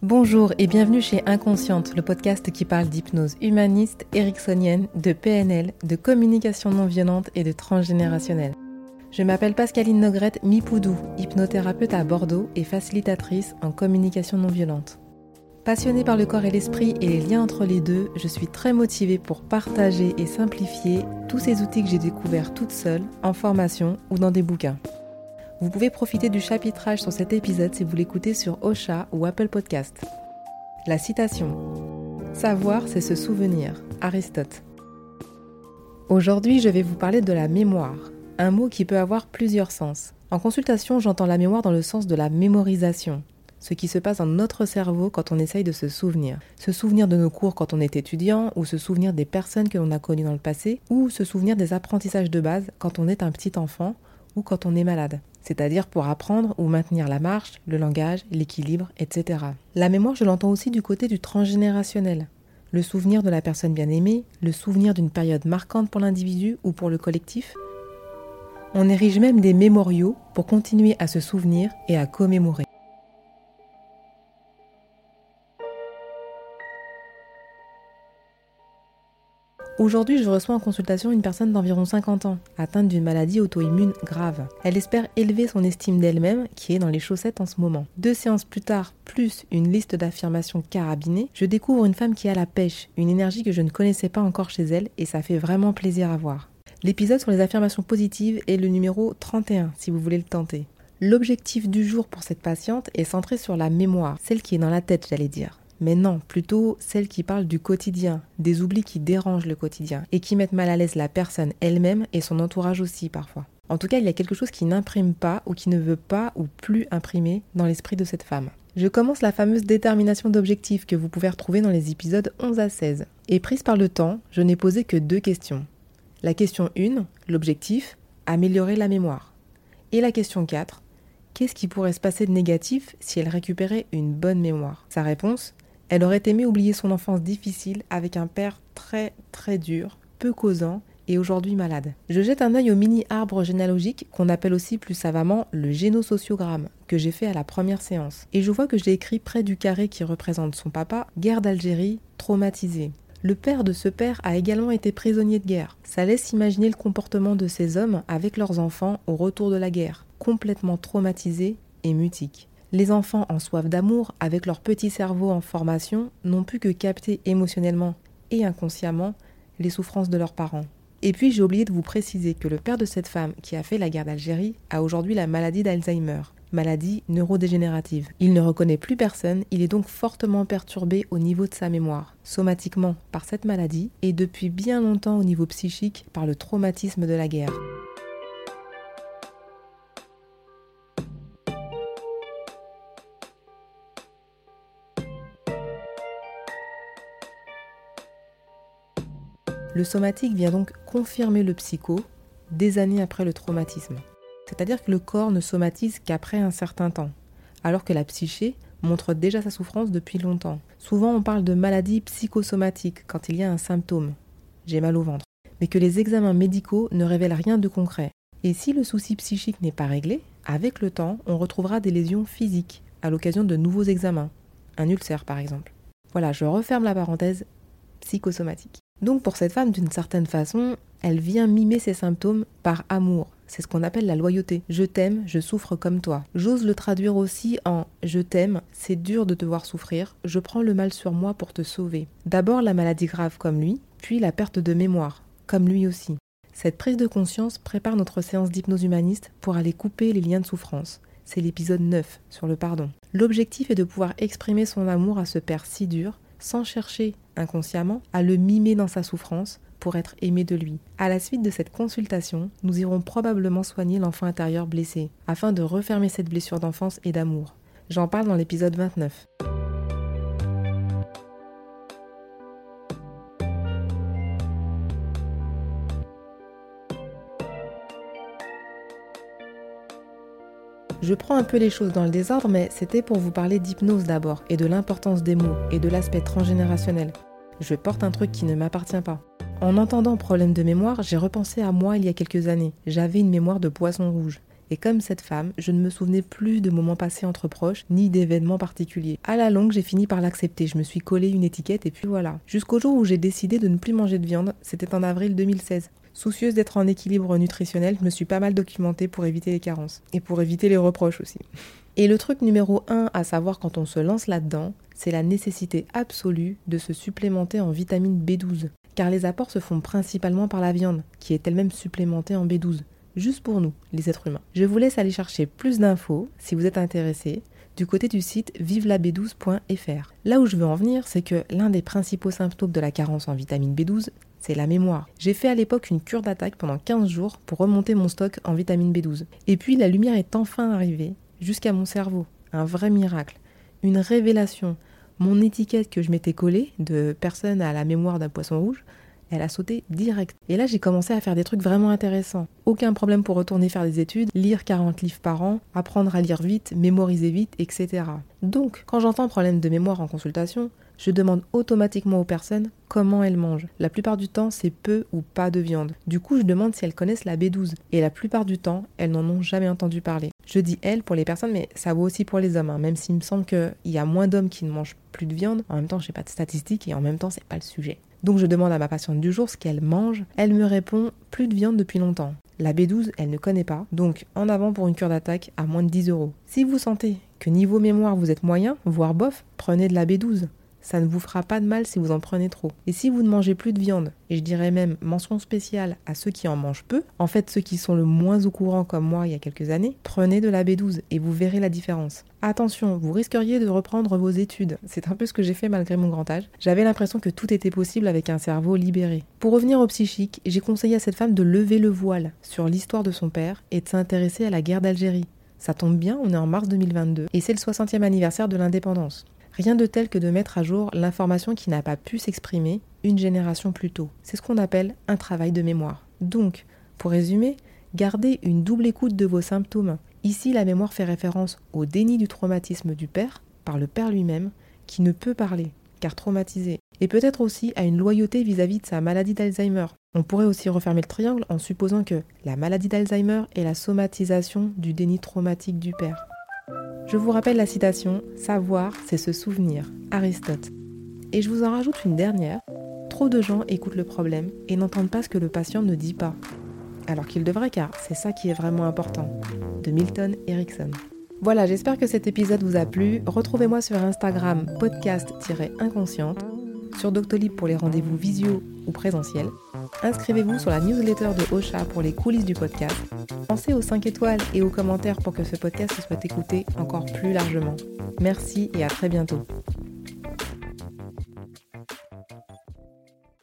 Bonjour et bienvenue chez Inconsciente, le podcast qui parle d'hypnose humaniste, ericksonienne, de PNL, de communication non violente et de transgénérationnelle. Je m'appelle Pascaline Nogrette Mipoudou, hypnothérapeute à Bordeaux et facilitatrice en communication non violente. Passionnée par le corps et l'esprit et les liens entre les deux, je suis très motivée pour partager et simplifier tous ces outils que j'ai découverts toute seule, en formation ou dans des bouquins. Vous pouvez profiter du chapitrage sur cet épisode si vous l'écoutez sur Ocha ou Apple Podcast. La citation. Savoir, c'est se souvenir. Aristote. Aujourd'hui, je vais vous parler de la mémoire, un mot qui peut avoir plusieurs sens. En consultation, j'entends la mémoire dans le sens de la mémorisation, ce qui se passe dans notre cerveau quand on essaye de se souvenir. Se souvenir de nos cours quand on est étudiant, ou se souvenir des personnes que l'on a connues dans le passé, ou se souvenir des apprentissages de base quand on est un petit enfant ou quand on est malade. C'est-à-dire pour apprendre ou maintenir la marche, le langage, l'équilibre, etc. La mémoire, je l'entends aussi du côté du transgénérationnel. Le souvenir de la personne bien aimée, le souvenir d'une période marquante pour l'individu ou pour le collectif. On érige même des mémoriaux pour continuer à se souvenir et à commémorer. Aujourd'hui, je reçois en consultation une personne d'environ 50 ans, atteinte d'une maladie auto-immune grave. Elle espère élever son estime d'elle-même, qui est dans les chaussettes en ce moment. 2 séances plus tard, plus une liste d'affirmations carabinées, je découvre une femme qui a la pêche, une énergie que je ne connaissais pas encore chez elle, et ça fait vraiment plaisir à voir. L'épisode sur les affirmations positives est le numéro 31, si vous voulez le tenter. L'objectif du jour pour cette patiente est centré sur la mémoire, celle qui est dans la tête, j'allais dire. Mais non, plutôt celle qui parle du quotidien, des oublis qui dérangent le quotidien et qui mettent mal à l'aise la personne elle-même et son entourage aussi parfois. En tout cas, il y a quelque chose qui n'imprime pas ou qui ne veut pas ou plus imprimer dans l'esprit de cette femme. Je commence la fameuse détermination d'objectifs que vous pouvez retrouver dans les épisodes 11 à 16. Et prise par le temps, je n'ai posé que 2 questions. La question 1, l'objectif, améliorer la mémoire. Et la question 4, qu'est-ce qui pourrait se passer de négatif si elle récupérait une bonne mémoire ? Sa réponse, elle aurait aimé oublier son enfance difficile avec un père très dur, peu causant et aujourd'hui malade. Je jette un œil au mini-arbre généalogique qu'on appelle aussi plus savamment le génosociogramme que j'ai fait à la première séance. Et je vois que j'ai écrit près du carré qui représente son papa, guerre d'Algérie, traumatisé. Le père de ce père a également été prisonnier de guerre. Ça laisse imaginer le comportement de ces hommes avec leurs enfants au retour de la guerre, complètement traumatisés et mutiques. Les enfants en soif d'amour, avec leur petit cerveau en formation, n'ont pu que capter émotionnellement et inconsciemment les souffrances de leurs parents. Et puis j'ai oublié de vous préciser que le père de cette femme qui a fait la guerre d'Algérie a aujourd'hui la maladie d'Alzheimer, maladie neurodégénérative. Il ne reconnaît plus personne, il est donc fortement perturbé au niveau de sa mémoire, somatiquement par cette maladie et depuis bien longtemps au niveau psychique par le traumatisme de la guerre. Le somatique vient donc confirmer le psycho des années après le traumatisme. C'est-à-dire que le corps ne somatise qu'après un certain temps, alors que la psyché montre déjà sa souffrance depuis longtemps. Souvent on parle de maladie psychosomatique quand il y a un symptôme, j'ai mal au ventre, mais que les examens médicaux ne révèlent rien de concret. Et si le souci psychique n'est pas réglé, avec le temps on retrouvera des lésions physiques à l'occasion de nouveaux examens, un ulcère par exemple. Voilà, je referme la parenthèse psychosomatique. Donc pour cette femme, d'une certaine façon, elle vient mimer ses symptômes par amour. C'est ce qu'on appelle la loyauté. Je t'aime, je souffre comme toi. J'ose le traduire aussi en « je t'aime, c'est dur de te voir souffrir, je prends le mal sur moi pour te sauver ». D'abord la maladie grave comme lui, puis la perte de mémoire, comme lui aussi. Cette prise de conscience prépare notre séance d'hypnose humaniste pour aller couper les liens de souffrance. C'est l'épisode 9 sur le pardon. L'objectif est de pouvoir exprimer son amour à ce père si dur, sans chercher inconsciemment à le mimer dans sa souffrance pour être aimé de lui. À la suite de cette consultation, nous irons probablement soigner l'enfant intérieur blessé, afin de refermer cette blessure d'enfance et d'amour. J'en parle dans l'épisode 29. Je prends un peu les choses dans le désordre, mais c'était pour vous parler d'hypnose d'abord, et de l'importance des mots, et de l'aspect transgénérationnel. Je porte un truc qui ne m'appartient pas. En entendant problème de mémoire, j'ai repensé à moi il y a quelques années. J'avais une mémoire de poisson rouge. Et comme cette femme, je ne me souvenais plus de moments passés entre proches, ni d'événements particuliers. À la longue, j'ai fini par l'accepter, je me suis collé une étiquette et puis voilà. Jusqu'au jour où j'ai décidé de ne plus manger de viande, c'était en avril 2016. Soucieuse d'être en équilibre nutritionnel, je me suis pas mal documentée pour éviter les carences. Et pour éviter les reproches aussi. Et le truc numéro 1 à savoir quand on se lance là-dedans, c'est la nécessité absolue de se supplémenter en vitamine B12. Car les apports se font principalement par la viande, qui est elle-même supplémentée en B12. Juste pour nous, les êtres humains. Je vous laisse aller chercher plus d'infos, si vous êtes intéressé, du côté du site vivelab12.fr. Là où je veux en venir, c'est que l'un des principaux symptômes de la carence en vitamine B12, c'est la mémoire. J'ai fait à l'époque une cure d'attaque pendant 15 jours pour remonter mon stock en vitamine B12. Et puis la lumière est enfin arrivée jusqu'à mon cerveau. Un vrai miracle. Une révélation. Mon étiquette que je m'étais collée de personne à la mémoire d'un poisson rouge, elle a sauté direct. Et là, j'ai commencé à faire des trucs vraiment intéressants. Aucun problème pour retourner faire des études, lire 40 livres par an, apprendre à lire vite, mémoriser vite, etc. Donc, quand j'entends problème de mémoire en consultation, je demande automatiquement aux personnes comment elles mangent. La plupart du temps, c'est peu ou pas de viande. Du coup, je demande si elles connaissent la B12. Et la plupart du temps, elles n'en ont jamais entendu parler. Je dis elles pour les personnes, mais ça vaut aussi pour les hommes. Même s'il me semble qu'il y a moins d'hommes qui ne mangent plus de viande. En même temps, je n'ai pas de statistiques et en même temps, c'est pas le sujet. Donc je demande à ma patiente du jour ce qu'elle mange. Elle me répond plus de viande depuis longtemps. La B12, elle ne connaît pas. Donc en avant pour une cure d'attaque à moins de 10 €. Si vous sentez que niveau mémoire vous êtes moyen, voire bof, prenez de la B12. Ça ne vous fera pas de mal si vous en prenez trop. Et si vous ne mangez plus de viande, et je dirais même mention spéciale à ceux qui en mangent peu, en fait ceux qui sont le moins au courant comme moi il y a quelques années, prenez de la B12 et vous verrez la différence. Attention, vous risqueriez de reprendre vos études. C'est un peu ce que j'ai fait malgré mon grand âge. J'avais l'impression que tout était possible avec un cerveau libéré. Pour revenir au psychique, j'ai conseillé à cette femme de lever le voile sur l'histoire de son père et de s'intéresser à la guerre d'Algérie. Ça tombe bien, on est en mars 2022 et c'est le 60e anniversaire de l'indépendance. Rien de tel que de mettre à jour l'information qui n'a pas pu s'exprimer une génération plus tôt. C'est ce qu'on appelle un travail de mémoire. Donc, pour résumer, gardez une double écoute de vos symptômes. Ici, la mémoire fait référence au déni du traumatisme du père, par le père lui-même, qui ne peut parler, car traumatisé. Et peut-être aussi à une loyauté vis-à-vis de sa maladie d'Alzheimer. On pourrait aussi refermer le triangle en supposant que la maladie d'Alzheimer est la somatisation du déni traumatique du père. Je vous rappelle la citation « Savoir, c'est se souvenir », Aristote. Et je vous en rajoute une dernière. Trop de gens écoutent le problème et n'entendent pas ce que le patient ne dit pas. Alors qu'ils devraient, car c'est ça qui est vraiment important. De Milton Erickson. Voilà, j'espère que cet épisode vous a plu. Retrouvez-moi sur Instagram podcast-inconsciente, sur Doctolib pour les rendez-vous visio ou présentiels. Inscrivez-vous sur la newsletter de Ocha pour les coulisses du podcast. Pensez aux 5 étoiles et aux commentaires pour que ce podcast soit écouté encore plus largement. Merci et à très bientôt.